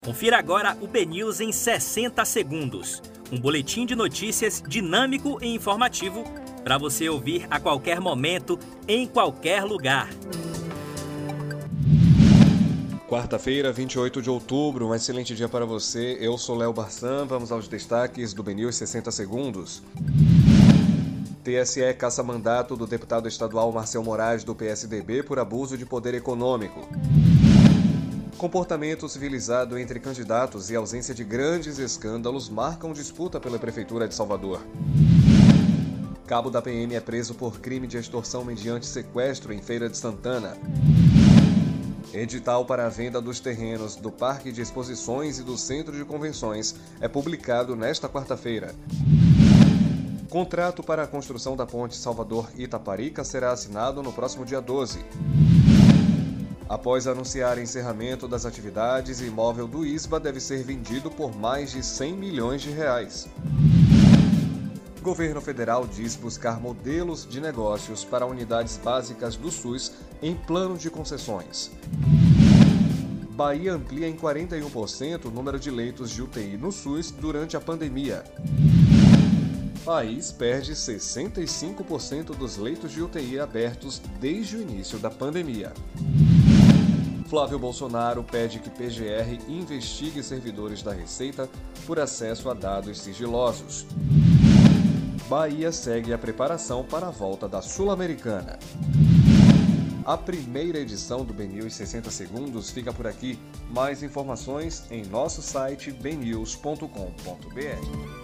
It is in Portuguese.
Confira agora o BNews em 60 segundos. Um boletim de notícias dinâmico e informativo para você ouvir a qualquer momento, em qualquer lugar. Quarta-feira, 28 de outubro, um excelente dia para você. Eu sou Léo Barçan, vamos aos destaques do BNews 60 segundos. TSE caça mandato do deputado estadual Marcel Moraes do PSDB por abuso de poder econômico. Comportamento civilizado entre candidatos e ausência de grandes escândalos marcam disputa pela Prefeitura de Salvador. Cabo da PM é preso por crime de extorsão mediante sequestro em Feira de Santana. Edital para a venda dos terrenos do Parque de Exposições e do Centro de Convenções é publicado nesta quarta-feira. Contrato para a construção da ponte Salvador-Itaparica será assinado no próximo dia 12. Após anunciar encerramento das atividades, imóvel do ISBA deve ser vendido por mais de 100 milhões de reais. Governo federal diz buscar modelos de negócios para unidades básicas do SUS em plano de concessões. Bahia amplia em 41% o número de leitos de UTI no SUS durante a pandemia. País perde 65% dos leitos de UTI abertos desde o início da pandemia. Flávio Bolsonaro pede que PGR investigue servidores da Receita por acesso a dados sigilosos. Bahia segue a preparação para a volta da Sul-Americana. A primeira edição do BNews 60 segundos fica por aqui. Mais informações em nosso site bnews.com.br.